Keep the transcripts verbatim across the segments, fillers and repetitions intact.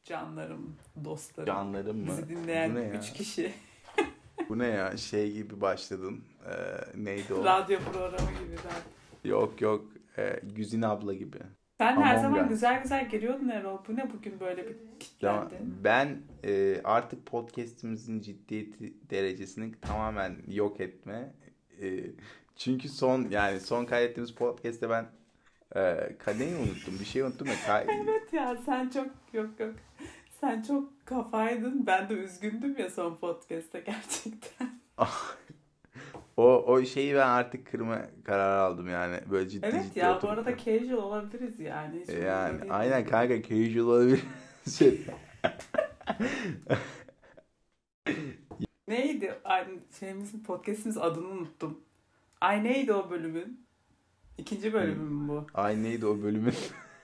Canlarım, dostlarım, Canlarım mı? bizi Bu dinleyen ne ya? üç kişi. Bu ne ya? Şey gibi başladın. Ee, neydi o? Radyo programı gibi ben. Yok yok. Ee, Güzin abla gibi. Sen her Among zaman Us. güzel güzel geliyordun Erol. Bu ne bugün böyle bir Tamam. kitlendin? Ben e, artık podcast'imizin ciddiyeti derecesini tamamen yok etme. E, çünkü son yani son kaydettiğimiz podcast'te ben e, kadeyi unuttum. Bir şey unuttum ya. Kay- Evet ya sen çok yok yok. Sen çok kafaydın. Ben de üzgündüm ya son podcast'te gerçekten. o o şeyi ben artık kırma kararı aldım yani. Böyle ciddi Evet ciddi ya bu oturup arada casual olabiliriz yani. Hiç yani umurumda değil aynen benim. kanka casual olabilir. Şey, Neydi? Ay, şeyimizin podcast'imiz adını unuttum. Ay neydi o bölümün? İkinci bölümü mü bu? ay neydi o bölümün?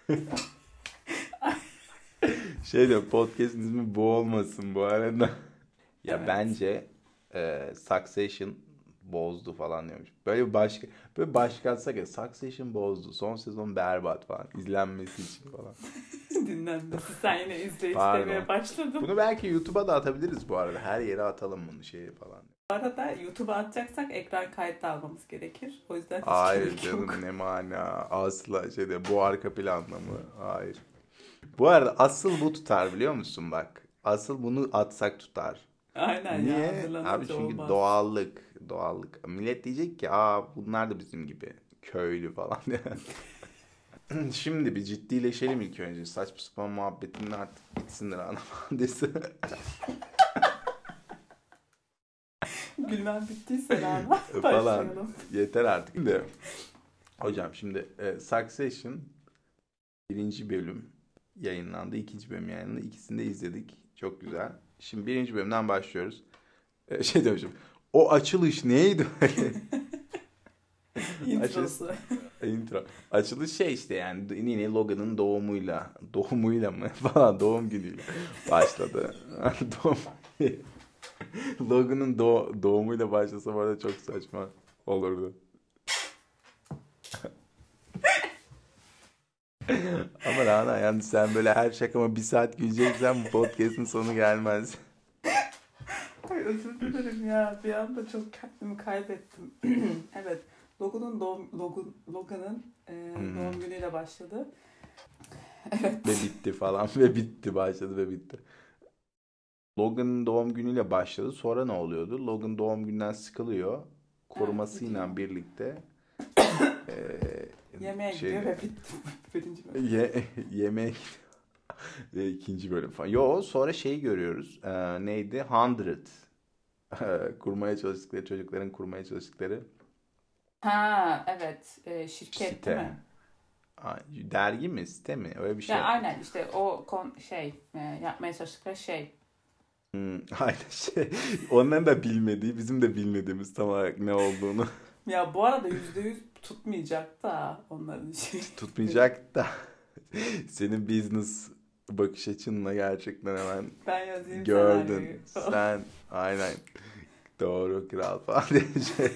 Şey diyor podcast'in ismi bu olmasın bu arada. Ya Evet. bence e, Succession bozdu falan diyormuş. Böyle bir başka böyle başka atsak ya Succession bozdu. Son sezon berbat falan. İzlenmesi için falan. Dinlenmesi. Sen yine izleyici Pardon. demeye başladın. Bunu belki YouTube'a da atabiliriz bu arada. Her yere atalım bunu şeyi falan. Bu arada YouTube'a atacaksak ekran kaydı da almamız gerekir. O yüzden hiç Hayır gerek yok. canım ne mana. Asla şeyde bu arka planda mı? Hayır. Bu arada asıl bu tutar biliyor musun bak. Asıl bunu atsak tutar. Aynen ya Niye? Abi hazırlanınca çünkü olmaz. doğallık. Doğallık. Millet diyecek ki aa bunlar da bizim gibi. Köylü falan. Şimdi bir ciddileşelim ilk önce. Saçma sapan muhabbetinin artık bitsinler anlamadıysa. Gülmem bittiyse Rana falan. başlayalım. Yeter artık. Şimdi, hocam şimdi e, Succession birinci bölüm yayınlandı. İkinci bölüm yayınlandı. İkisini de izledik. Çok güzel. Şimdi birinci bölümden başlıyoruz. E, şey demişim. O açılış neydi öyle? Açılış Introsu. intro. Açılış şey işte yani yine Logan'ın doğumuyla doğumuyla mı falan doğum günüyle başladı. Doğum Logan'ın doğ- doğumuyla başlasa bu arada çok saçma olurdu. Ama Rana yani sen böyle her şakama bir saat güleceksen bu podcast'ın sonu gelmez. Ay, özür dilerim ya. Bir anda çok kendimi kaybettim. Evet. Logan'ın doğum, Logan, Logan'ın e, Hmm. doğum günüyle başladı. Ve Evet. bitti falan ve bitti başladı ve bitti. Logan'ın doğum günüyle başladı. Sonra ne oluyordu? Logan doğum günden sıkılıyor. Evet gidiyor. Korumasıyla birlikte eee Yemeğe gidiyor şeyde ve bitti. Birinci bölüm. ye, yemek ve ikinci bölüm falan. Yo sonra şeyi görüyoruz. Eee, neydi? Hundred. Kurmaya çalıştıkları çocukların kurmaya çalıştıkları Ha evet. E, şirket değil site. mi? Ay, dergi mi? Site mi? Öyle bir Ya şey. aynen işte o kon şey e, yapmaya çalıştıkları şey. Hmm, aynen şey. Onların da bilmediği, bizim de bilmediğimiz tam olarak ne olduğunu Ya bu arada yüzde yüz tutmayacak da onların şeyleri. tutmayacak da senin business bakış açınla gerçekten hemen Ben yazayım senaryoyu. gördün. Sen aynen doğru kral falan diye şey.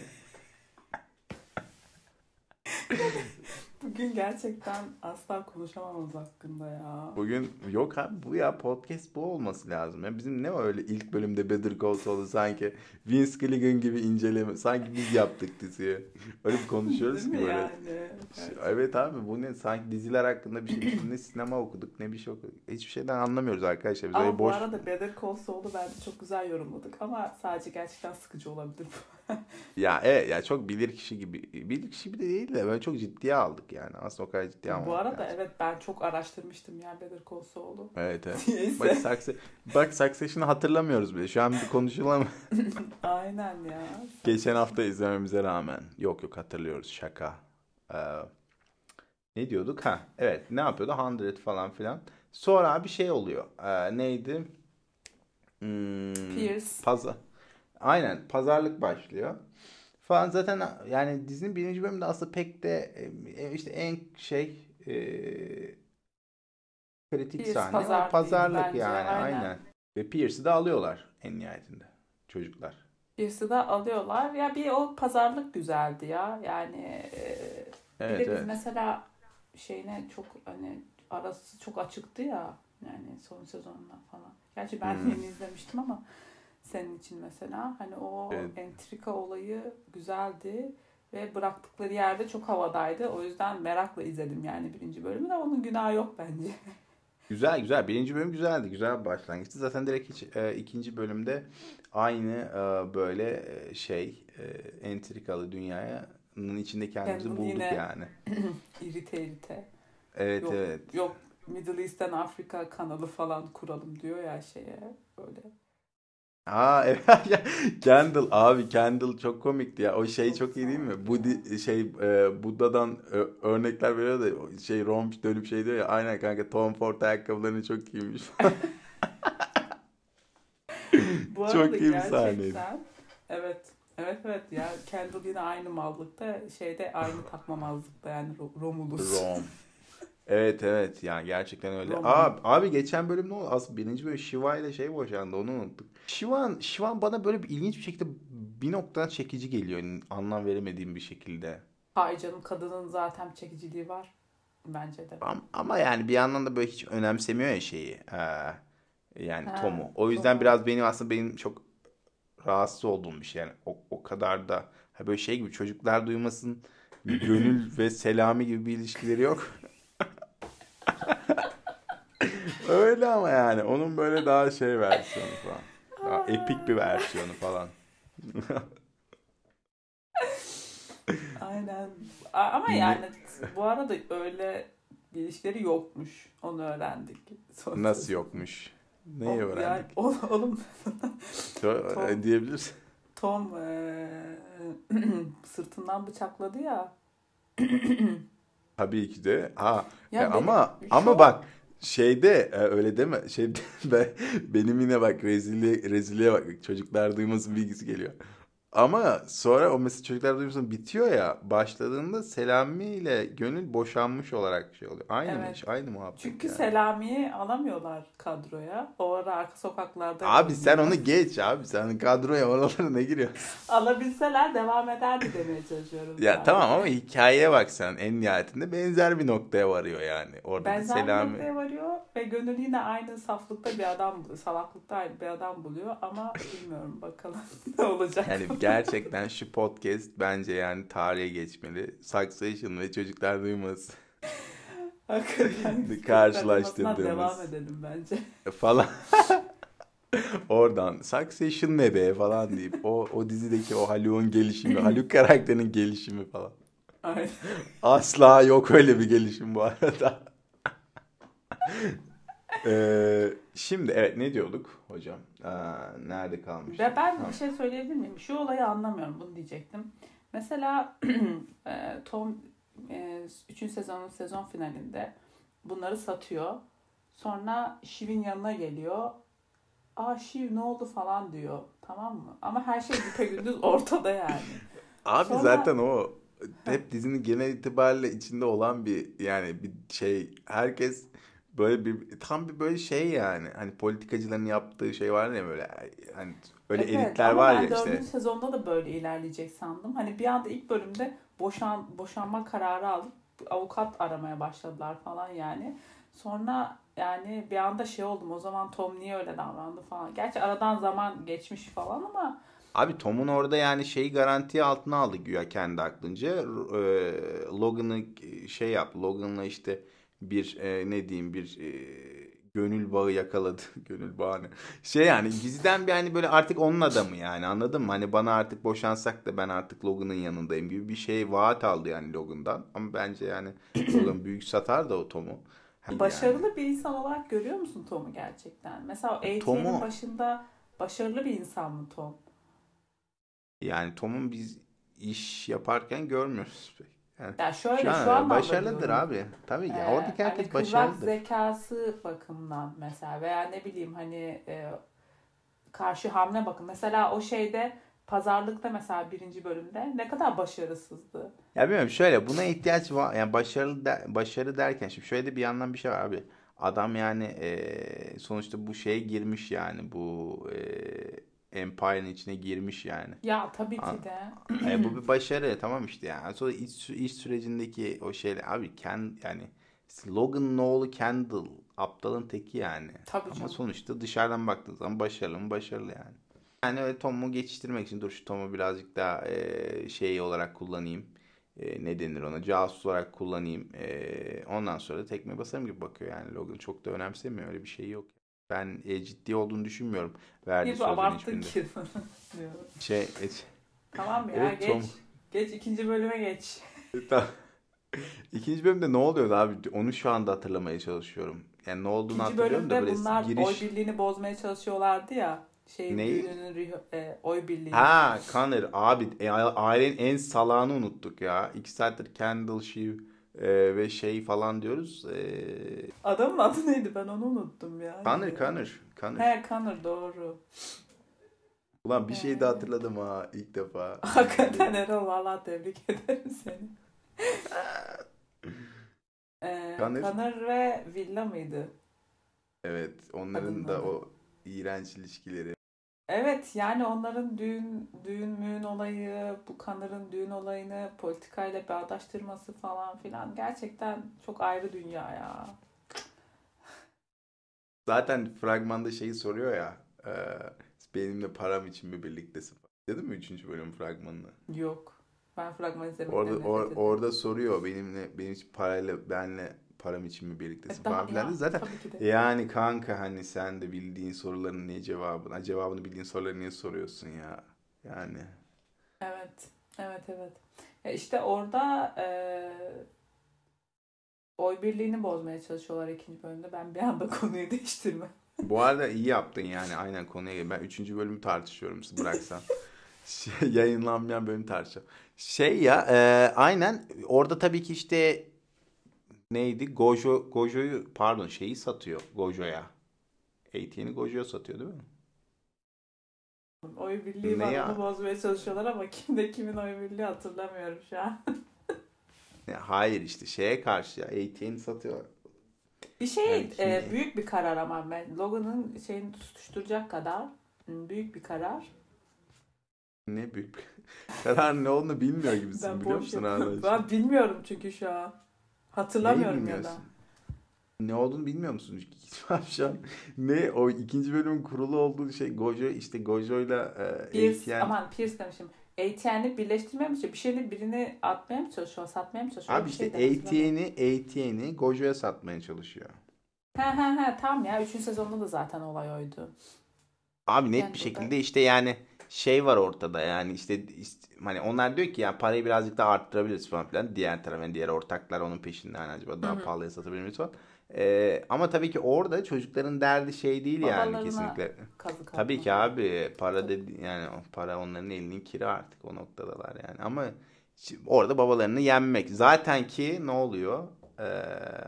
Bugün gerçekten asla konuşamamız hakkında ya. Bugün yok abi bu ya podcast bu olması lazım. Ya bizim ne öyle ilk bölümde Better Call Saul'u sanki Vince Gilligan gibi inceleme. Sanki biz yaptık diziyi. Öyle bir Değil konuşuyoruz ki mi böyle. yani? Evet Gerçekten. abi bu ne sanki diziler hakkında bir şey. Biz ne sinema okuduk ne bir şey okuduk. Hiçbir şeyden anlamıyoruz arkadaşlar. Biz öyle Ama bu boş. arada Better Call Saul'u bence çok güzel yorumladık. Ama sadece gerçekten sıkıcı olabilir bu. Ya evet ya çok bilir kişi gibi. Bilir kişi gibi de değil de böyle çok ciddiye aldık yani. Aslında o kadar ciddiye Bu almamak arada lazım. evet ben çok araştırmıştım ya Better Call Saul'u. Evet evet. Bak Neyse. Succession, bak Succession'ı hatırlamıyoruz bile. Şu an bir konuşulamıyor. Aynen ya. Geçen hafta Succession. izlememize rağmen. Yok yok hatırlıyoruz şaka. Ee, ne diyorduk? Ha evet ne yapıyordu? Hundred falan filan. Sonra bir şey oluyor. Ee, neydi? Hmm, Pierce. pazar. Aynen pazarlık başlıyor. Falan zaten yani dizinin birinci bölümünde aslında pek de e, işte en şey e, kritik Pierce sahne o pazarlıydı pazarlık bence. yani Aynen. aynen. Ve Pierce'i de alıyorlar en nihayetinde çocuklar. Pierce'ı da alıyorlar. Ya bir o pazarlık güzeldi ya. Yani e, bir Evet de biz evet. mesela şeyine çok hani arası çok açıktı ya. Yani son sezonundan falan. Gerçi ben Hmm. yeni izlemiştim ama senin için mesela hani o Evet. entrika olayı güzeldi ve bıraktıkları yerde çok havadaydı. O yüzden merakla izledim yani birinci bölümü de onun günahı yok bence. Güzel güzel. Birinci bölüm güzeldi. Güzel bir başlangıçtı. Zaten direkt hiç, e, ikinci bölümde aynı e, böyle e, şey e, entrikalı dünyanın içinde kendimizi Kendall bulduk yine yani. irite irite. Evet Yok evet. yok Middle East'ten Afrika kanalı falan kuralım diyor ya şeye böyle. Aa evet. Kendall abi Kendall çok komikti ya. O şey Çok çok iyi değil mi? salak ya. Budi şey e, Buda'dan ö- örnekler veriyor da o şey Rom dönüp şey diyor ya. Aynen kanka Tom Ford ayakkabılarını çok giymiş. Bu arada Çok iyi bir sahneydi. gerçekten evet evet evet ya Kendall yine aynı mallıkta şeyde aynı takmamazlıkta yani Ro- Romulus. Rom. Evet evet yani gerçekten öyle. Roman. Abi, abi geçen bölüm ne oldu? Aslında birinci bölüm Shiva ile şey boşandı onu unuttuk. Shivan, Shivan bana böyle bir ilginç bir şekilde bir noktadan çekici geliyor. Yani anlam veremediğim bir şekilde. Hay canım kadının zaten çekiciliği var bence de. Ama, ama yani bir yandan da böyle hiç önemsemiyor ya şeyi. Ee, yani Ha, Tom'u. O yüzden Tom'u. biraz benim aslında benim çok rahatsız olduğum bir şey. Yani o, o kadar da ha böyle şey gibi çocuklar duymasın Gönül ve Selami gibi bir ilişkileri yok. Öyle ama yani onun böyle daha şey versiyonu falan. Daha epik bir versiyonu falan. Aynen. A- Ama Ne, yani bu arada öyle bir ilişkileri yokmuş. Onu öğrendik son nasıl sezonda. yokmuş? Neyi O, yani öğrendik? o- oğlum So- Tom diyebiliriz. Tom eee, sırtından bıçakladı ya. Tabii ki de. Ha e, Ya beni ama ama şok. bak şeyde e, öyle deme. Şeyde ben, benim yine bak rezilliğe, rezilliğe bak. Çocuklar duymasın bilgisi geliyor. Ama sonra o mesela çocuklar duymasın bitiyor ya. Başladığında Selami ile Gönül boşanmış olarak şey oluyor. Aynı mı Evet. iş? Aynı muhabbet Çünkü yani. Selami'yi alamıyorlar kadroya. O ara arka sokaklarda Abi sen oynuyor. onu geç abi. Sen kadroya oralara ne giriyorsun? Alabilseler devam ederdi demeye çalışıyorum Ya tamam ama sadece. hikayeye bak sen. En nihayetinde benzer bir noktaya varıyor yani. Orada da Benzer bir Selami. noktaya varıyor ve Gönül yine aynı saflıkta bir adam buluyor. Salaklıkta aynı bir adam buluyor ama bilmiyorum bakalım ne olacak. Yani gerçekten şu podcast bence yani tarihe geçmeli. Succession ve Çocuklar Duymasın Hakikaten çocuklar duymasından devam karşılaştırdığımız edelim bence. falan. Oradan Succession ne be falan deyip o o dizideki o Haluk'un gelişimi, Haluk karakterinin gelişimi falan. Aynen. Asla yok öyle bir gelişim bu arada. Ee, şimdi evet ne diyorduk hocam? Aa, nerede Ve kalmıştık? ben bir Ha. şey söyleyebilir miyim? Şu olayı anlamıyorum bunu diyecektim. Mesela e, Tom üçüncü sezonun sezon finalinde bunları satıyor. Sonra Shiv'in yanına geliyor. Aa Shiv ne oldu falan diyor. Tamam mı? Ama her şey güpegündüz ortada yani. Abi Sonra zaten o hep dizinin genel itibariyle içinde olan bir yani bir şey. Herkes böyle bir tam bir böyle şey yani. Hani politikacıların yaptığı şey var ya böyle hani öyle evet elitler ama var ya ben dördüncü işte. sezonda da böyle ilerleyecek sandım. Hani bir anda ilk bölümde boşan boşanma kararı alıp avukat aramaya başladılar falan yani. Sonra yani bir anda şey oldum. O zaman Tom niye öyle davrandı falan. Gerçi aradan zaman geçmiş falan ama Abi Tom'un orada yani şeyi garantiye altına aldı güya kendi aklınca. Eee, Logan'ı şey yap. Logan'la işte bir e, ne diyeyim bir e, gönül bağı yakaladı. Gönül bağı ne? Şey yani gizliden bir hani böyle artık onun adamı yani anladın mı? Hani bana artık boşansak da ben artık Logan'ın yanındayım gibi bir şey vaat aldı yani Logan'dan. Ama bence yani Logan büyük satar da o Tom'u. Değil yani. başarılı bir insan olarak görüyor musun Tom'u gerçekten? Mesela o A T L'in Tom'u başında başarılı bir insan mı Tom? yani Tom'un biz iş yaparken görmüyoruz pek. Yani Ya şu şöyle şu an e, anlamda başarılıdır diyorum. abi. Tabii ya Ee, oradaki hani herkes kıvrak başarılıdır. zekası bakımından mesela veya ne bileyim hani e, karşı hamle bakın. Mesela o şeyde pazarlıkta mesela birinci bölümde ne kadar başarısızdı. Ya bilmiyorum şöyle buna ihtiyaç var. Yani başarılı de- başarı derken şimdi şöyle de bir yandan bir şey var abi. Adam yani e, sonuçta bu şeye girmiş yani bu e, Empire'ın içine girmiş yani. Ya tabii A- ki de. E, bu bir başarı tamam işte yani. Sonra iş, iş sürecindeki o şeyler abi Ken yani Logan'ın oğlu Kendall aptalın teki yani. Tabii Ama canım. sonuçta dışarıdan baktığın zaman başarılı mı başarılı yani. Yani öyle Tom'u geçiştirmek için dur şu Tom'u birazcık daha e, şey olarak kullanayım. E, ne denir ona? Casus olarak kullanayım. E, ondan sonra da tekme basarım gibi bakıyor yani. Logan çok da önemsemiyor. Öyle bir şey yok. Ben e, ciddi olduğunu düşünmüyorum verdiği Bir bu sözlerin abarttın hiçbirinde. ki diyorum. Şey, e, Tamam ya, evet Tom. geç. Geç, ikinci bölüme geç. Tamam. İkinci bölümde ne oluyordu abi? Onu şu anda hatırlamaya çalışıyorum. Yani ne olduğunu İkinci hatırlıyorum da bölümde böyle bunlar oy giriş birliğini bozmaya çalışıyorlardı ya. Şeyin neyi? düğününün riho- e, oy birliğini. Ha Connor abi e, a- ailenin en salağını unuttuk ya. İki saattir Kendall, Shiv e, ve şey falan diyoruz. E, Adamın adı neydi, ben onu unuttum ya Connor, yine. Connor, Connor. He, Connor, doğru. Ulan bir şey de Ee, hatırladım ha ilk defa hakikaten izleyince. Erol, valla tebrik ederim seni. Ee, Connor, Connor ve Villa mıydı evet kadının onların da adı? o iğrenç ilişkileri. Evet, yani onların düğün düğün müğün olayı, bu Connor'ın düğün olayını politikayla bağdaştırması falan filan gerçekten çok ayrı dünya ya. Zaten fragmanda şeyi soruyor ya. E, benimle param için mi birliktesin? Dedim mi üçüncü bölüm fragmanını? Yok. Ben fragman Orada izlemekten nefret or- ediyorum. orada soruyor benimle benim için parayla benle param için mi E birliktesin daha falan filan. De. ya, Zaten tabii ki de. yani kanka hani sen de bildiğin soruların niye cevabını cevabını bildiğin soruları niye soruyorsun ya? Yani Evet. Evet, evet. Ya işte orada e, oy birliğini bozmaya çalışıyorlar ikinci bölümde. Ben bir anda konuyu değiştirme. bu arada iyi yaptın yani aynen konuya gel. Ben üçüncü bölümü tartışıyorum bıraksan. Şey, yayınlanmayan bölümü tartışacağım. Şey ya e, aynen orada tabii ki işte neydi? Gojo Gojo'yu pardon şeyi satıyor Gojo'ya. A T N'i Gojo'ya satıyor değil mi? Oy birliği Ne var, onu ya? bozmaya çalışıyorlar ama kimde kimin oy birliği hatırlamıyorum şu an. Ne, hayır işte şeye karşı ya. A T N'i satıyor. Bir Yani şey e, kimi büyük bir karar ama ben Logan'ın şeyini tutuşturacak kadar hmm, büyük bir karar. ne büyük bir karar ne olduğunu bilmiyor gibisin Ben biliyor boş musun yapıyorum. hala şey? Ben bilmiyorum çünkü şu an. Neyi Hatırlamıyorum ya da. bilmiyorsun? Ne olduğunu bilmiyor musun? Şu an ne o ikinci bölümün kurulu olduğu şey Gojo işte Gojo'yla e, Pierce, A T N aman Pierce demişim. A T N'li birleştirmeye mi çalışıyor? Bir şeyini birini atmaya mı çalışıyor? Satmaya mı çalışıyor? Öyle abi bir işte şey de hatırlamıyorum. A T N'i A T N'i Gojo'ya satmaya çalışıyor. He he he, tam ya. Üçüncü sezonda da zaten olay oydu. Abi net bir Kendall'da. şekilde işte yani şey var ortada yani işte, işte hani onlar diyor ki ya parayı birazcık daha arttırabiliriz falan filan. Diğer taraf yani diğer ortaklar onun peşinde hani acaba Hı daha hı. pahalıya satabilir miyiz falan. Ee, ama tabii ki orada çocukların derdi şey değil yani Babalarına kesinlikle. kazık Tabii ki atmak. abi para Tabii. dedi yani o para onların elinin kiri artık o noktadalar yani. Ama şi- orada babalarını yenmek. Zaten ki ne oluyor? Ee,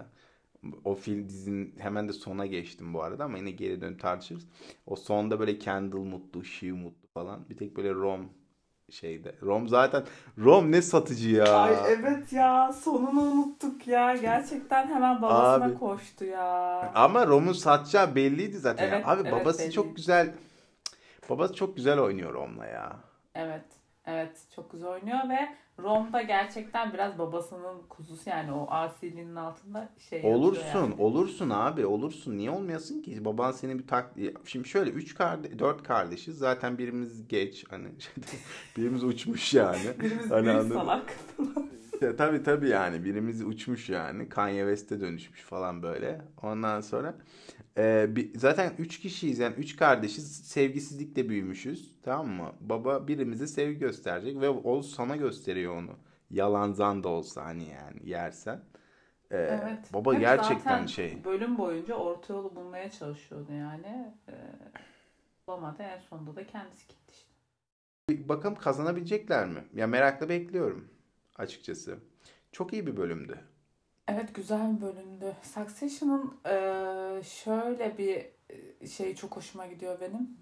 o film dizinin hemen de sona geçtim bu arada ama yine geri dönüp tartışırız. O sonda böyle Kendall mutlu, Shiv mutlu falan. Bir tek böyle Rom şeyde. Rom zaten Rom ne satıcı Ay ya. evet ya, sonunu unuttuk ya. Gerçekten hemen babasına Abi. koştu ya. Ama Rom'un satacağı belliydi zaten ya. Evet Abi evet, babası çok belliydi. güzel. Babası çok güzel oynuyor Rom'la ya. Evet. Evet, çok güzel oynuyor ve Rom'da gerçekten biraz babasının kuzusu, yani o asiliğinin altında şey yatıyor Olursun, yani. olursun abi, olursun. Niye olmayasın ki? Baban seni bir tak... Şimdi şöyle üç kardeş, dört kardeşiz. Zaten birimiz geç hani birimiz uçmuş yani. Birimiz Hani büyük anladın. salak. Ya, tabii tabii yani birimiz uçmuş yani. Kanye West'e dönüşmüş falan böyle. Ondan sonra e, bir, zaten üç kişiyiz yani üç kardeşiz. Sevgisizlikle büyümüşüz. Tamam mı? Baba birimize sevgi gösterecek ve o sana gösteriyor onu. Yalan zan da olsa hani yani yersen. Ee, Evet. baba Hem gerçekten zaten şey. bölüm boyunca orta yolu bulmaya çalışıyordu yani. Ee, bulamadı. En sonunda da kendisi gitti işte. Bir bakalım kazanabilecekler mi? Ya merakla bekliyorum açıkçası. Çok iyi bir bölümdü. Evet, güzel bir bölümdü. Succession'ın eee, şöyle bir e, şey çok hoşuma gidiyor benim.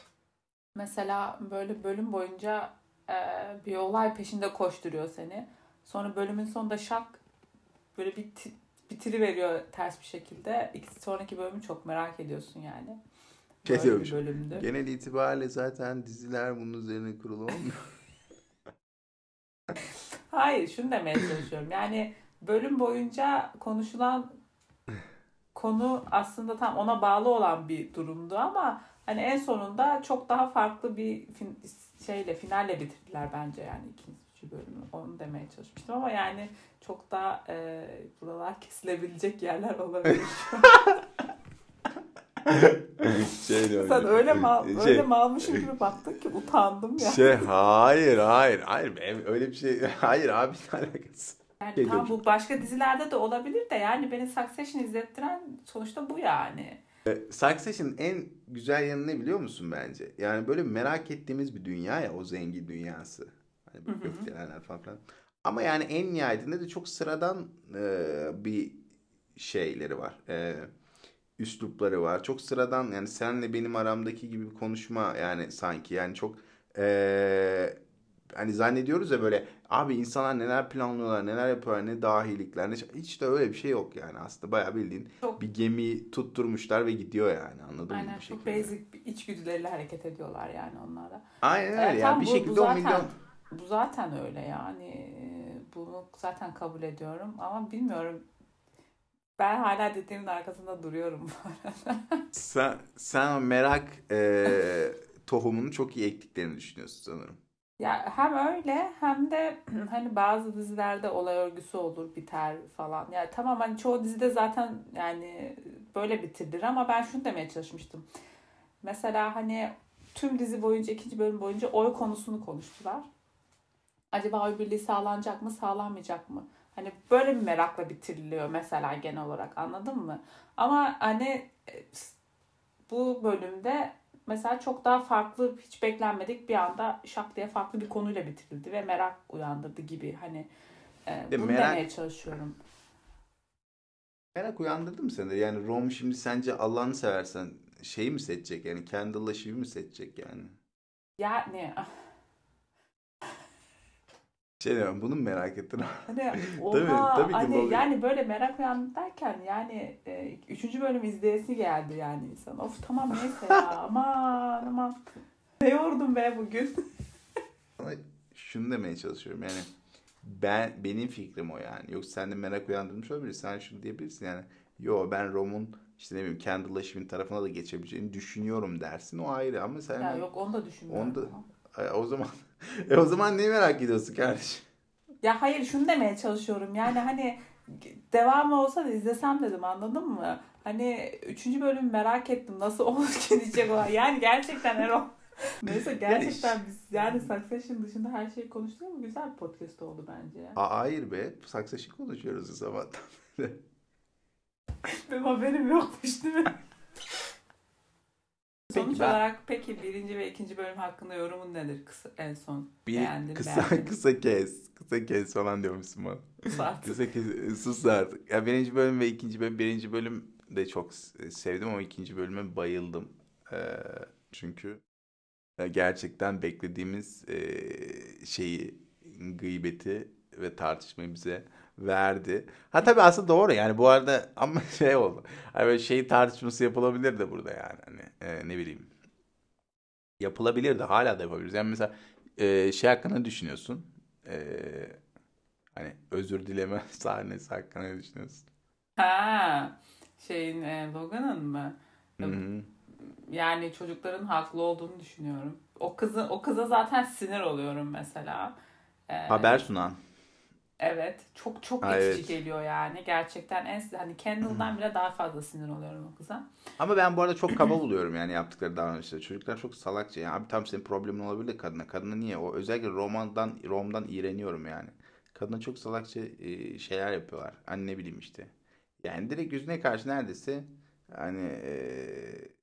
Mesela böyle bölüm boyunca eee, bir olay peşinde koşturuyor seni. Sonra bölümün sonunda şak, böyle bir ti- bitiriveriyor ters bir şekilde. İki sonraki bölümü çok merak ediyorsun yani. Şey Böyle bir diyormuş. bölümdü. Genel itibariyle zaten diziler bunun üzerine kurulu olmuyor. Hayır, şunu demeye çalışıyorum. Yani bölüm boyunca konuşulan konu aslında tam ona bağlı olan bir durumdu ama hani en sonunda çok daha farklı bir fin, şeyle finalle bitirdiler bence yani ikinci bölümü. Onu demeye çalışmıştım ama yani çok daha e, buralar kesilebilecek yerler olabilir şu an. Şey Sen öyle mal şey, öyle malmışım gibi baktın ki utandım ya. Şey hayır hayır hayır öyle bir şey hayır abi ne alakası. Yani Şey tam diyorum. bu başka dizilerde de olabilir de yani beni Succession izlettiren sonuçta bu yani. Succession'ın en güzel yanı ne biliyor musun bence? Yani böyle merak ettiğimiz bir dünya ya o zengin dünyası. Hani Hı böyle hı. gökdelenler falan filan. Ama yani en nihayetinde de çok sıradan e, bir şeyleri var. E, üslupları var. Çok sıradan yani senle benim aramdaki gibi bir konuşma yani sanki yani çok e, hani zannediyoruz ya böyle abi insanlar neler planlıyorlar, neler yapıyorlar, ne dahilikler, ne hiç de öyle bir şey yok yani aslında bayağı bildiğin Çok bir gemi tutturmuşlar ve gidiyor yani anladın mı aynen bir çok şekilde. basic bir içgüdüleriyle hareket ediyorlar yani onlara. Aynen E, öyle ya bir tam bu bu şekilde o zaten milyon bu zaten öyle yani. E, bunu zaten kabul ediyorum ama bilmiyorum. Ben hala dediğimin arkasında duruyorum bu arada. sen, sen o merak e, tohumunu çok iyi ektiklerini düşünüyorsun sanırım. Ya hem öyle hem de hani bazı dizilerde olay örgüsü olur biter falan. Ya tamam hani çoğu dizide zaten yani böyle bitirilir ama ben şunu demeye çalışmıştım. Mesela hani tüm dizi boyunca ikinci bölüm boyunca oy konusunu konuştular. Acaba oy birliği sağlanacak mı sağlanmayacak mı? Hani böyle bir merakla bitiriliyor mesela genel olarak anladın mı? Ama hani e, bu bölümde mesela çok daha farklı hiç beklenmedik bir anda şak diye farklı bir konuyla bitirildi ve merak uyandırdı gibi hani e, De bunu demeye merak çalışıyorum. merak uyandırdı mı sende? Yani Rom şimdi sence Allah'ını seversen şeyi mi seçecek yani Kendall'la Shiv'i mi seçecek yani? Yani Şey diyorum bunu mu merak ettin? hani Tabii oha tabii ki hani Logan. yani böyle merak uyandı derken yani e, üçüncü bölüm izleyesi geldi yani insan. Of tamam neyse ya aman aman ne yordum be bugün. Ama şunu demeye çalışıyorum yani ben benim fikrim o yani. Yoksa sen de merak uyandırmış olabilir. Sen şunu diyebilirsin yani. Yo ben Rom'un işte ne bileyim Candle'la Shiv'in tarafına da geçebileceğini düşünüyorum dersin. O ayrı ama sen Ya hemen yok onu da düşünmüyorum onda ama. e, o zaman e, o zaman neyi merak ediyorsun kardeşim? Ya hayır şunu demeye çalışıyorum. Yani hani devamı olsa da izlesem dedim anladın mı? Hani üçüncü bölüm merak ettim nasıl olur ki diyecek olan. Yani gerçekten Erol. Neyse Yani ş- gerçekten biz yani Succession dışında her şeyi konuştuk ama güzel bir podcast oldu bence ya. A- hayır be. Saksaşı konuşuyoruz o zaman. Benim haberim yokmuş değil mi? Peki Sonuç ben olarak peki birinci ve ikinci bölüm hakkında yorumun nedir kısa, en son? bir Beğendin, kısa beğenmedin. kısa kes. Kısa kes falan diyormuşsun bana. Sus artık. Kısa kes. Sus artık. Ya birinci bölüm ve ikinci bölüm. Birinci bölüm de çok s- sevdim ama ikinci bölüme bayıldım. Ee, çünkü e, gerçekten beklediğimiz e, şeyi, gıybeti ve tartışmayı bize verdi. Ha tabii aslında doğru yani bu arada ama şey oldu. Hani böyle şey tartışması yapılabilir de burada yani. Hani e, ne bileyim. Yapılabilir de hala da yapabiliriz. Yani mesela e, şey hakkında ne düşünüyorsun? E, hani özür dileme sahnesi hakkında ne düşünüyorsun? Ha, şeyin e, Logan'ın mı? Hı E, hı. Yani çocukların haklı olduğunu düşünüyorum. O kızı o kıza zaten sinir oluyorum mesela. Haber Ee, sunan. evet, çok çok Ha, itici evet. geliyor yani. Gerçekten en hani Kendall'dan bile daha fazla sinir oluyorum o kıza. Ama ben bu arada çok kaba buluyorum yani yaptıkları davranışları. Çocuklar çok salakça. Yani abi tam senin problemin olabilir de kadına. Kadına niye? O özellikle romandan romdan iğreniyorum yani. Kadına çok salakça e, şeyler yapıyorlar. Hani ne bileyim işte. Yani direkt yüzüne karşı neredeyse hani e,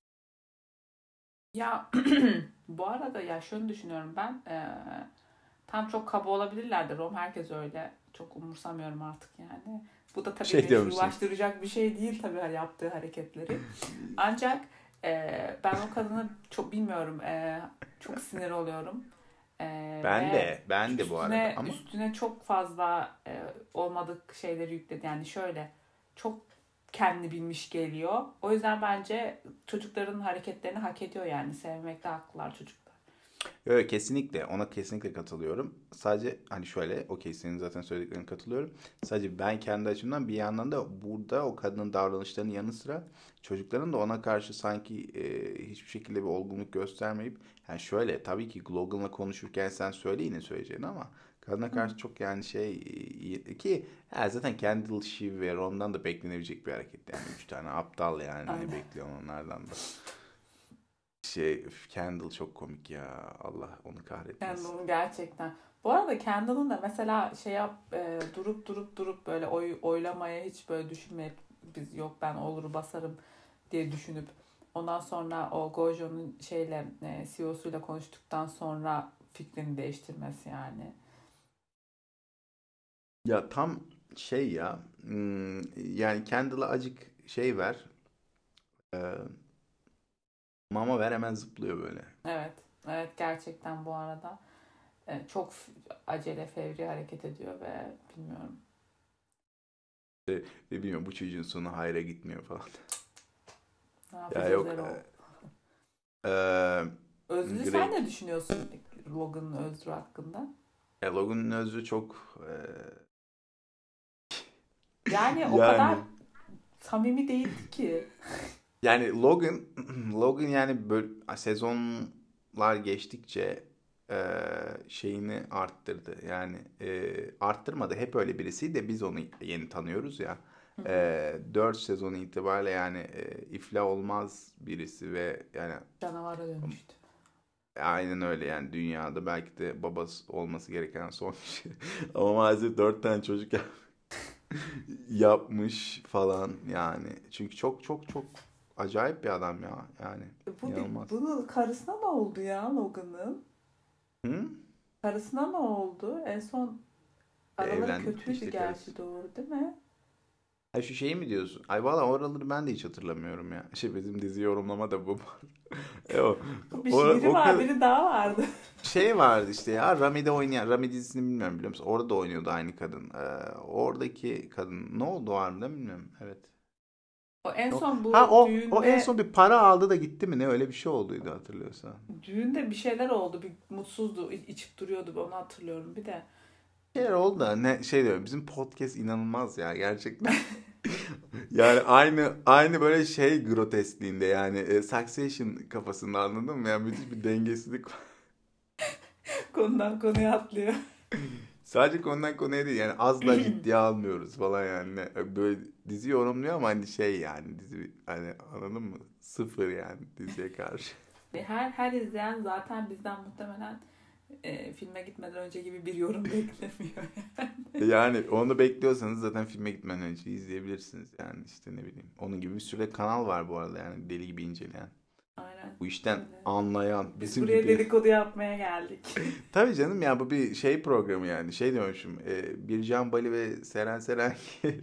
Ya bu arada ya şunu düşünüyorum ben. Ee, tam çok kaba olabilirler de Rom herkes öyle. Çok umursamıyorum artık yani. Bu da tabii şey diyormuşsun. meşrulaştıracak bir şey değil tabii hani yaptığı hareketleri. Ancak e, ben o kadını çok bilmiyorum. E, çok sinir oluyorum. E, Ben ve de, ben de bu arada üstüne ama üstüne çok fazla e, olmadık şeyleri yükledi. Yani şöyle çok kendi bilmiş geliyor. O yüzden bence çocukların hareketlerini hak ediyor yani. Sevmekte haklılar çocuklar. Evet, kesinlikle ona kesinlikle katılıyorum. Sadece hani şöyle, okey, senin zaten söylediklerine katılıyorum. Sadece ben kendi açımdan bir yandan da burada o kadının davranışlarının yanı sıra çocukların da ona karşı sanki e, hiçbir şekilde bir olgunluk göstermeyip, yani şöyle, tabii ki Logan'la konuşurken sen söyle yine söyleyeceğini, ama kadına Hı. karşı çok yani şey e, ki ha, zaten Kendall, Shiv ve Rom'dan da beklenebilecek bir hareket yani. Üç tane aptal, yani ne Aynen. bekliyorsun onlardan da. Şey, üf, Kendall çok komik ya. Allah onu kahretmesin. Kendall'ın gerçekten. Bu arada Kendall'ın da mesela şey yap e, durup durup durup böyle oy, oylamaya hiç böyle düşünmeyip biz yok ben oluru basarım diye düşünüp ondan sonra o Gojo'nun şeyle e, C E O'suyla konuştuktan sonra fikrini değiştirmesi yani. Ya tam şey ya, hmm, yani Kendall'a acık şey ver, e, mama ver, hemen zıplıyor böyle. Evet. Evet gerçekten bu arada e, çok f- acele fevri hareket ediyor ve bilmiyorum. Ve, ve bilmiyorum, bu çocuğun sonu hayra gitmiyor falan. Ne Ya yapacağız yok, Erol? e, e, Özlü sen Grey, ne düşünüyorsun Logan'ın Özlü hakkında? ya Logan'ın özü çok Yani e, o kadar yani samimi değildi ki. yani Logan Logan yani böyle sezonlar geçtikçe e, şeyini arttırdı. Yani e, arttırmadı. Hep öyle birisiydi de biz onu yeni tanıyoruz ya. Hı hı. E, dört sezon itibariyle yani e, iflah olmaz birisi ve yani Canavara dönüştü. aynen öyle, yani dünyada belki de babası olması gereken son kişi. Ama maalesef dört tane çocuk yap- yapmış falan yani. Çünkü çok çok çok acayip bir adam ya, yani E bu bir, inanılmaz. bunun karısına ne oldu ya Logan'ın? Hı? Karısına ne oldu? En son araları Evlendirdi kötüydü işte karısı. gerçi doğru değil mi? Ha, şu şeyi mi diyorsun? Ay valla oraları ben de hiç hatırlamıyorum ya. Şey, bizim dizi yorumlama da bu. E, o, Bir o, şiiri o var, kadar biri daha vardı. şey vardı işte ya, Rami'de oynayan, Rami dizisini bilmiyorum, biliyor musun? Orada da oynuyordu aynı kadın. Ee, oradaki kadın ne oldu o harbiden bilmiyorum. Evet. O en O, son ha, bu o o en son düğünde bir para aldı da gitti mi, ne öyle bir şey olduydu hatırlıyorsan. düğünde bir şeyler oldu. Bir mutsuzdu, i- içip duruyordu. Onu hatırlıyorum bir de. Şeyler oldu da, ne şey diyor, bizim podcast inanılmaz ya gerçekten. Yani aynı aynı böyle şey groteskliğinde, yani e, Succession kafasında, anladın mı? Yani müthiş bir dengesizlik var. Konudan konuya atlıyor. Sadece konudan konuya değil, yani az da ciddiye almıyoruz falan yani. Ne- Böyle dizi yorumluyor ama hani şey, yani dizi hani, anladın mı? Sıfır yani diziye karşı. Ve her her izleyen zaten bizden muhtemelen e, filme gitmeden önce gibi bir yorum beklemiyor. Yani onu bekliyorsanız zaten filme gitmeden önce izleyebilirsiniz, yani işte ne bileyim. Onun gibi bir sürü kanal var bu arada, yani deli gibi inceleyen. Aynen Bu işten öyle. anlayan Biz bizim buraya gibi. dedikodu yapmaya geldik. Tabii canım ya, bu bir şey programı yani. Şey diyormuşum. E, Bircan Bali ve Seren Serengil.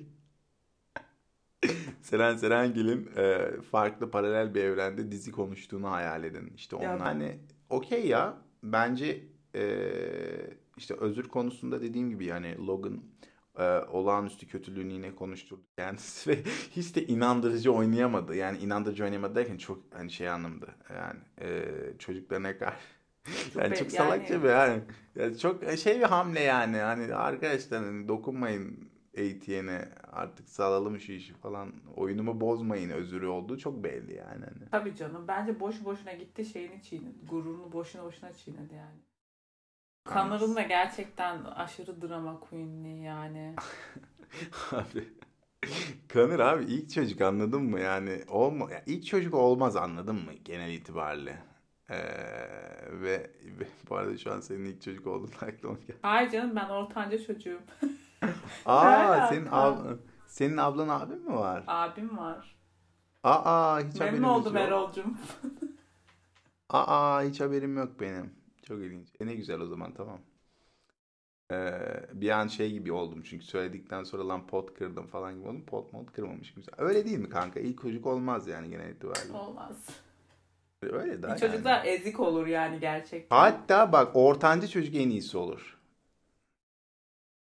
Seren Serengil'in e, farklı paralel bir evrende dizi konuştuğunu hayal edin. İşte Ya onlar. Hani okey ya. Bence e, işte özür konusunda dediğim gibi, yani Logan e, olağanüstü kötülüğünü yine konuşturdu kendisi ve hiç de inandırıcı oynayamadı. Yani inandırıcı oynayamadı derken çok hani şey anlamda, yani e, çocuklarına karşı çok yani be- çok salakça yani bir, yani, yani çok şey bir hamle yani, hani arkadaşlar hani dokunmayın A T N'e, artık salalım şu işi falan, oyunumu bozmayın özürü olduğu çok belli yani hani. tabii canım bence boş boşuna gitti şeyini çiğnedi. Gururunu boşuna boşuna çiğnedi yani. Connor'ın Anız. da gerçekten aşırı drama queenliği yani. Abi, Kanır abi ilk çocuk, anladın mı yani, olma ya, ilk çocuk olmaz, anladın mı genel itibariyle. Ee, ve, ve bu arada şu an senin ilk çocuk olduğunu aklıma geldi. Hayır canım ben ortanca çocuğum. Ne Aa, senin alaka? ab senin ablan abin mi var? Abim var. Aa, hiç Memnun haberimiz oldum yok. Erol'cum. Aa, hiç haberim yok benim. Çok ilginç. E ne güzel, o zaman tamam. Ee, bir an şey gibi oldum, çünkü söyledikten sonra lan pot kırdım falan gibi oldum. Pot mod kırmamış gibi. Öyle değil mi kanka? İlk çocuk olmaz yani genel itibariyle. Olmaz. Öyle Bir da yani. çocuklar ezik olur yani gerçekten. Hatta bak, ortanca çocuk en iyisi olur.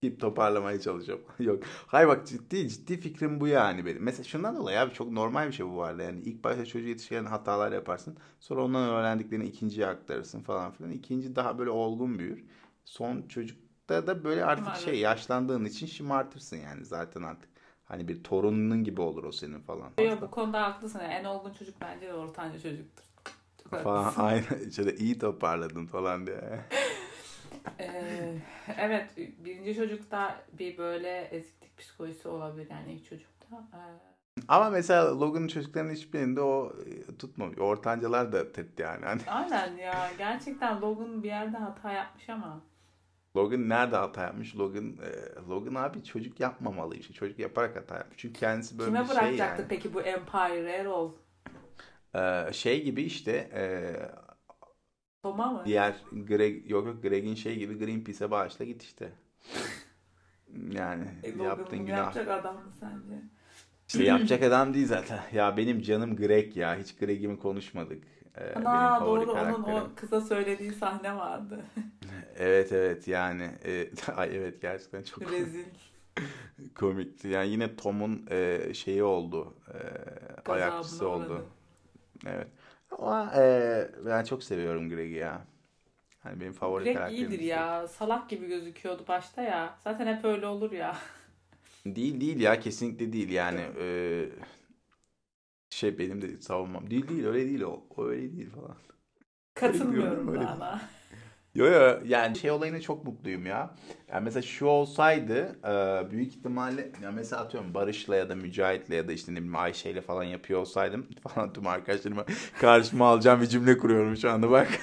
Deyip toparlamaya çalışıyorum. Yok. Hayır bak, ciddi ciddi fikrim bu yani benim. Mesela şundan dolayı abi, çok normal bir şey bu vardı. Yani ilk başta çocuğu yetiştirirken hatalar yaparsın. Sonra ondan öğrendiklerini ikinciye aktarırsın falan filan. İkinci daha böyle olgun büyür. Son çocukta da böyle artık şey, Maalesef. yaşlandığın için şımartırsın yani zaten artık. Hani bir torunun gibi olur o senin falan. Yok, bu konuda haklısın. Yani en olgun çocuk bence de ortanca çocuktur. Çok Falan haklısın. aynı şöyle iyi toparladın falan diye. Ee, evet, birinci çocukta bir böyle eziklik psikolojisi olabilir yani ilk çocukta. Ee, Ama mesela Logan'ın çocuklarının hiçbirinde o e, tutmamış. Ortancalar da tetti yani. Hani aynen ya, gerçekten Logan bir yerde hata yapmış ama. Logan nerede hata yapmış? Logan e, Logan abi çocuk yapmamalı işte. Çocuk yaparak hata yapmış. Çünkü kendisi böyle bir Kime şey bırakacaktı yani. peki bu Empire Errol? E, şey gibi işte, e, Tom'a mı? diğer Greg, yok yok, Greg'in şey gibi Greenpeace'e bağışla git işte. Yani E, Logan yaptığın bunu günah. yapacak adam mı sence? İşte yapacak adam değil zaten. Ya benim canım Greg ya. Hiç Greg'imi konuşmadık. E, benim Ana favori doğru, onun o karakterim. kıza söylediği sahne vardı. Evet evet yani e, ay evet, gerçekten çok Rezil. komikti. Yani yine Tom'un e, şeyi oldu. E, ayakçısı Gazabına oldu. uğradı. Evet. Ama e, ben çok seviyorum Greg'i ya. Hani benim favori Greg iyidir karakterimizdir. ya. Salak gibi gözüküyordu başta ya. Zaten hep öyle olur ya. Değil değil ya, kesinlikle değil yani. E, şey, benim de savunmam. Değil değil, öyle değil o. O öyle değil falan. Öyle gibi görünüyor ama Katılmıyorum öyle da değil. ana. Yo yo, yani şey olayına çok mutluyum ya. Yani mesela şu olsaydı e, büyük ihtimalle, ya mesela atıyorum Barış'la ya da Mücahit'le ya da işte ne bileyim Ayşe'yle falan yapıyor olsaydım falan, tüm arkadaşlarımı karşıma alacağım bir cümle kuruyorum şu anda bak.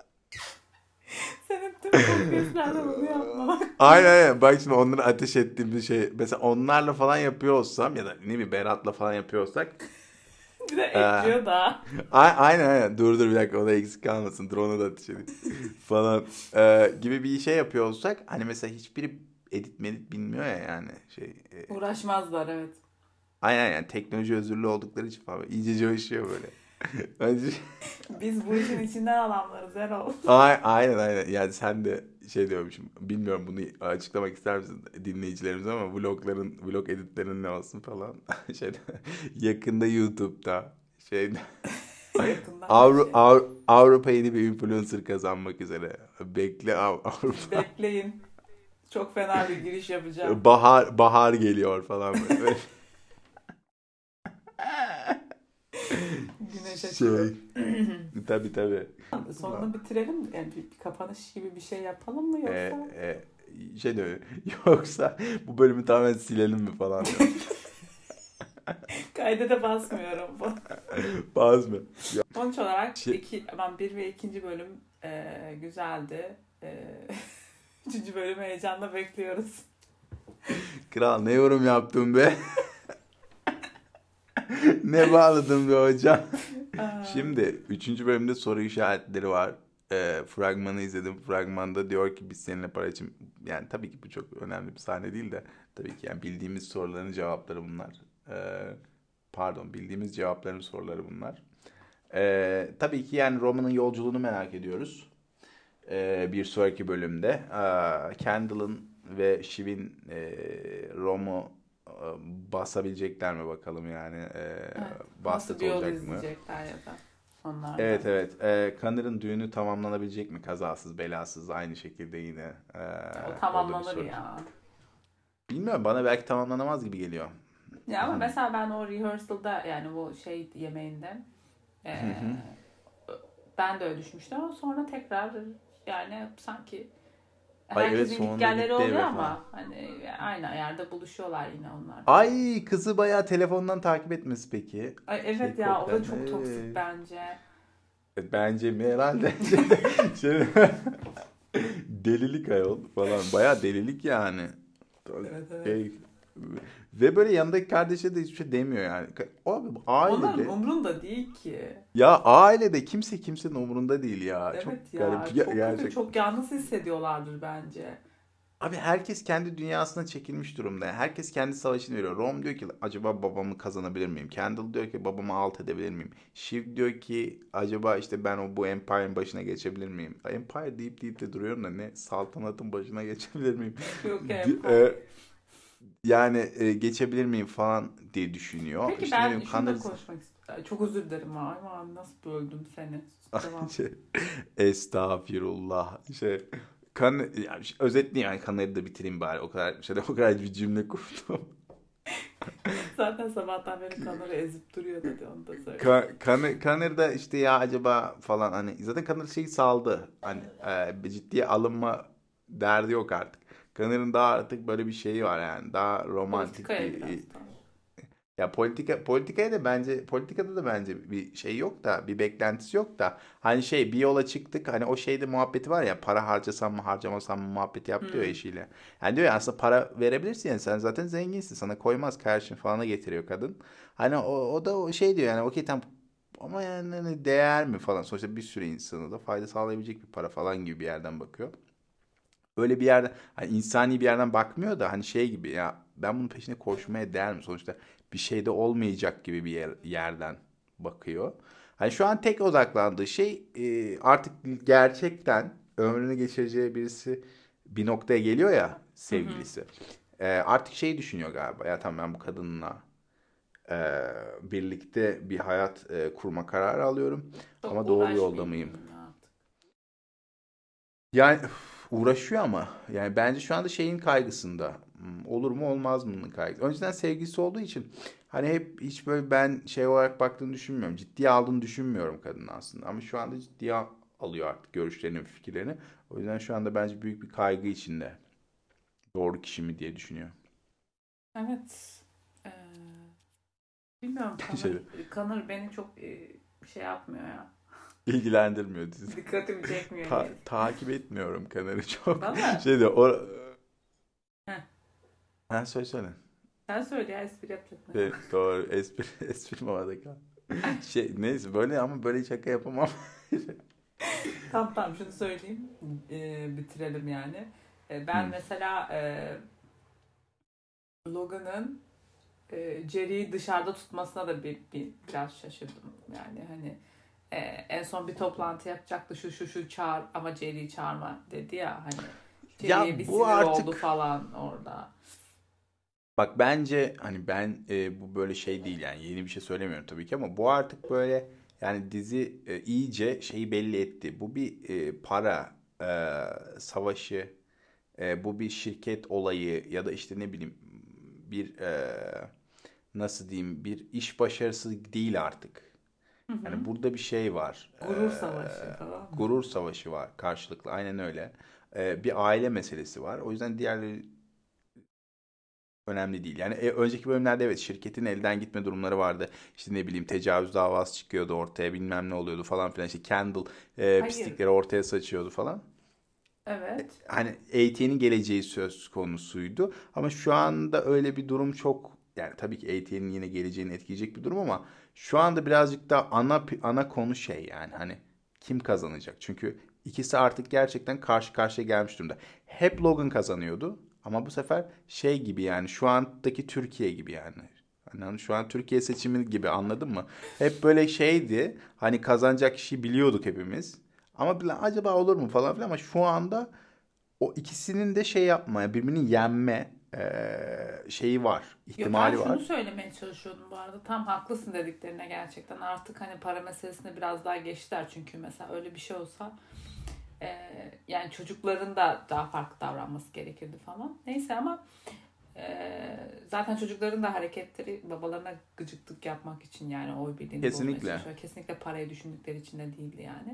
Senin tüm podcastlerde bunu yapman Aynen hakkında. aynen, bak şimdi onları ateş ettiğim bir şey, mesela onlarla falan yapıyor olsam ya da ne bileyim Berat'la falan yapıyor olsak, Bir de e, ekliyor da. A- aynen aynen. Dur dur bir dakika, o da eksik kalmasın. Drone'a da ateş edeyim. Falan Ee, gibi bir şey yapıyor olsak, hani mesela hiçbiri edit medit bilmiyor ya yani şey. e, Uğraşmazlar, evet. aynen yani teknoloji özürlü oldukları için falan iyice coşuyor böyle. Bence- Biz bu işin içinden adamlarız Erol. A- aynen aynen. Yani sen de şey diyormuşum. Bilmiyorum, bunu açıklamak ister misin dinleyicilerimize, ama vlogların, vlog editlerin ne olsun falan. Şeyde, yakında YouTube'da şeyde, Yakında her Avru- şey. Av- Avrupa yeni bir influencer kazanmak üzere. Bekle Av- Avrupa. Bekleyin. Çok fena bir giriş yapacağım. Bahar bahar geliyor falan böyle. Böyle Güneş açıyor. şey. Tabii tabii. Sonunu bitirelim. Yani bir, bir kapanış gibi bir şey yapalım mı E, yoksa? e, şey diyor. Yoksa bu bölümü tamamen silelim mi falan diyor. Kayda da basmıyorum bu. Bazı mı? Sonuç olarak Şey, iki, ben bir ve ikinci bölüm e, güzeldi. E, üçüncü bölümü heyecanla bekliyoruz. kral ne yorum yaptın be? Ne bağladın be hocam? Aa, Şimdi üçüncü bölümde soru işaretleri var. Ee, fragmanı izledim. Fragmanda diyor ki biz seninle para için, yani tabii ki bu çok önemli bir sahne değil de, tabii ki yani bildiğimiz soruların cevapları bunlar. Ee, pardon, bildiğimiz cevapların soruları bunlar. Ee, tabii ki yani Roma'nın yolculuğunu merak ediyoruz. Ee, bir sonraki bölümde. Ee, Kendall'ın ve Shiv'in e, Rom'u e, basabilecekler mi bakalım yani. Ee, evet. Nasıl bastet bir yol olacak mı? izleyecekler ya da Evet onlardan. evet. Ee, Connor'ın düğünü tamamlanabilecek mi? Kazasız belasız aynı şekilde yine. Ee, O o da bir tamamlanır soru. ya. Bilmiyorum, bana belki tamamlanamaz gibi geliyor. Ya ama mesela ben o rehearsal'da, yani bu şey yemeğinde, Hı hı. eee, ben de öyle düşmüştüm ama sonra tekrar, yani sanki Ay evet, herkesin sonunda gitgelleri gitti oluyor eve falan. ama hani aynı yerde buluşuyorlar yine onlar da. Ay, kızı bayağı telefondan takip etmesi peki. Ay evet ya, o da Kekol'den. çok toksik Ee, bence. bence mi herhalde? Şeyde, şey, delilik ayol falan. Bayağı delilik yani. Evet, evet. Şey, ve böyle yanındaki kardeşe de hiçbir şey demiyor yani. O abi, bu Onların ailede, umrunda değil ki. ya ailede kimse kimsenin umurunda değil ya. Evet Çok ya, garip ya- çok kötü, gerçekten. çok yalnız hissediyorlardır bence. Abi herkes kendi dünyasına çekilmiş durumda. Yani herkes kendi savaşını veriyor. Rom diyor ki acaba babamı kazanabilir miyim? Kendall diyor ki babamı alt edebilir miyim? Shiv diyor ki acaba işte ben o bu Empire'ın başına geçebilir miyim? Empire deyip deyip de duruyorum da ne? Saltanatın başına geçebilir miyim? Yok Di- Empire. e, Yani e, geçebilir miyim falan diye düşünüyor. Peki İşte ne ben bileyim şunu da Connors... konuşmak istiyorum. Çok özür dilerim ha. Ama nasıl böldüm seni? Devam. Şey, estağfirullah. Şey, kan, yani şey, özetleyeyim yani kanları da bitireyim bari. O kadar şeyde o kadar bir cümle kurdum. Zaten sabahtan beri kanları ezip duruyor dedi onu da söyle. Ka Kanır, Kanır da işte ya acaba falan hani zaten Kanır şeyi saldı. Hani e, bir ciddiye alınma derdi yok artık. Kanır'ın daha artık böyle bir şeyi var yani. Daha romantik Politikaya bir biraz daha. ya politika politikaya da bence politikada da bence bir şey yok da bir beklentisi yok da hani şey bir yola çıktık hani o şeyde muhabbeti var ya para harcasam mı harcamasam mı muhabbeti yaptı ya Hmm. eşiyle. Yani diyor ya aslında para verebilirsin yani sen zaten zenginsin sana koymaz karşın falana getiriyor kadın. Hani o, o da o şey diyor yani okey tamam ama yani hani değer mi falan sonuçta bir sürü insana da fayda sağlayabilecek bir para falan gibi bir yerden bakıyor. Öyle bir yerden hani insani bir yerden bakmıyor da hani şey gibi ya ben bunun peşine koşmaya değer mi? Sonuçta bir şey de olmayacak gibi bir yer- yerden bakıyor. Hani şu an tek odaklandığı şey e, artık gerçekten ömrünü geçireceği birisi bir noktaya geliyor ya Hı hı. sevgilisi. E, artık şeyi düşünüyor galiba ya tamam ben bu kadınla e, birlikte bir hayat e, kurma kararı alıyorum. Çok Ama doğru yolda uğraşmayayım mıyım? bununla artık. Yani üf, uğraşıyor ama yani bence şu anda şeyin kaygısında. Hmm, Olur mu olmaz mı kaygısı. Önceden sevgilisi olduğu için hani hep hiç böyle ben şey olarak baktığını düşünmüyorum. Ciddiye aldığını düşünmüyorum kadını aslında. Ama şu anda ciddiye alıyor artık görüşlerini, fikirlerini. O yüzden şu anda bence büyük bir kaygı içinde. Doğru kişi mi diye düşünüyor. Evet. Ee, bilmiyorum kanır, Şeyde, kanır beni çok e, şey yapmıyor ya. ilgilendirmiyor dizi. Dikkatimi çekmiyor Ta- diye. takip etmiyorum kanalı çok. Valla. Şeyde o... Heh, Ha söyle söyle. sen söyle ya espri yapacaktın ya. Şey, doğru espri, espri havada kaldı. Şey neyse böyle ama böyle şaka yapamam. Tamam tamam şunu söyleyeyim. Ee, bitirelim yani. Ee, ben Hmm. mesela e, Logan'ın e, Jerry'i dışarıda tutmasına da bir, bir biraz şaşırdım. Yani hani e, en son bir toplantı yapacaktı şu şu şu çağır ama Jerry'i çağırma dedi ya hani Jerry'e bir Ya bu sinir oldu artık falan orada. bak bence hani ben e, bu böyle şey değil yani yeni bir şey söylemiyorum tabii ki ama bu artık böyle yani dizi e, iyice şeyi belli etti. Bu bir e, para e, savaşı, e, bu bir şirket olayı ya da işte ne bileyim bir e, nasıl diyeyim bir iş başarısı değil artık. Hı hı. Yani burada bir şey var. Ee, Gurur savaşı falan mı? gurur savaşı var karşılıklı. Aynen öyle. Ee, bir aile meselesi var. O yüzden diğerleri önemli değil. Yani e, önceki bölümlerde evet şirketin elden gitme durumları vardı. İşte ne bileyim tecavüz davası çıkıyordu ortaya bilmem ne oluyordu falan filan. İşte Kendall e, Hayır. pislikleri ortaya saçıyordu falan. Evet. Hani A T N'in geleceği söz konusuydu. Ama şu anda öyle bir durum çok yani tabii ki A T N'in yine geleceğini etkileyecek bir durum ama şu anda birazcık da ana ana konu şey yani hani kim kazanacak? Çünkü ikisi artık gerçekten karşı karşıya gelmiş durumda. Hep Logan kazanıyordu ama bu sefer şey gibi yani şu andaki Türkiye gibi yani. Hani şu an Türkiye seçimi gibi anladın mı? Hep böyle şeydi. Hani kazanacak kişiyi biliyorduk hepimiz. Ama bile acaba olur mu falan filan ama şu anda o ikisinin de şey yapmaya, birbirini yenme eee, şeyi var, Yo, ben ihtimali şunu var. söylemeye çalışıyordum bu arada. Tam haklısın dediklerine gerçekten. Artık hani para meselesine biraz daha geçtiler. Çünkü mesela öyle bir şey olsa e, yani çocukların da daha farklı davranması gerekirdi falan. Neyse ama e, zaten çocukların da hareketleri babalarına gıcıklık yapmak için yani oy birliğini bozmaya Kesinlikle. çalışıyor. Kesinlikle parayı düşündükleri için de değildi yani.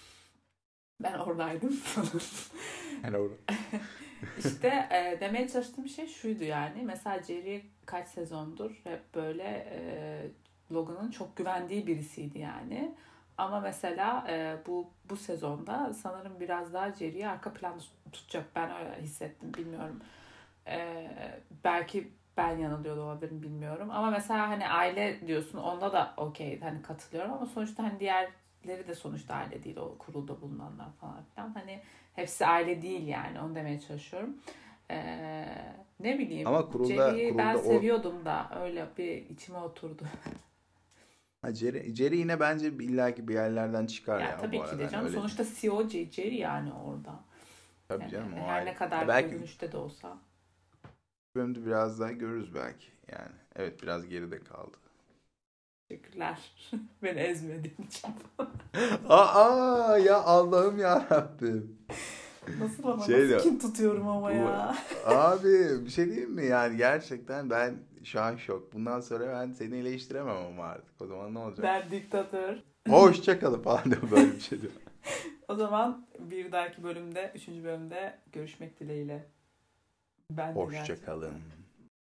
Ben oradaydım. Yani orada. İşte e, demeye çalıştığım şey şuydu yani. Mesela Jerry kaç sezondur hep böyle e, Logan'ın çok güvendiği birisiydi yani. Ama mesela e, bu bu sezonda sanırım biraz daha Jerry'i arka planda tutacak. Ben öyle hissettim bilmiyorum. E, belki ben yanılıyor da olabilirim bilmiyorum. Ama mesela hani aile diyorsun onda da okey hani katılıyorum ama sonuçta hani diğerleri de sonuçta aile değil o kurulda bulunanlar falan filan. Hani hepsi aile değil yani onu demeye çalışıyorum. Ee, ne bileyim. Ama kurulda Jerry'i ben kurulda o seviyordum da öyle bir içime oturdu. ha, Jerry, Jerry yine bence illaki bir yerlerden çıkar Ya ya bu tabii ki arada. de Hani canım. öyle Sonuçta C E O Jerry yani orada. tabii Yani canım o her ne ayrı. Ya kadar belki görünüşte de olsa. bölümde biraz daha görürüz belki. Yani evet biraz geride kaldı. Teşekkürler. Beni ezmediğin için. Aa ya Allah'ım ya Rabbim. Nasıl ama Şey nasıl de kin tutuyorum ama bu ya. abi bir şey diyeyim mi? Yani gerçekten ben şu an şok. Bundan sonra ben seni eleştiremem ama artık. O zaman ne olacak? Ben diktatör. Hoşça kalın falan diyor böyle bir şey diyor. O zaman bir dahaki bölümde, üçüncü bölümde görüşmek dileğiyle. Ben de Hoşça gerçekten. kalın.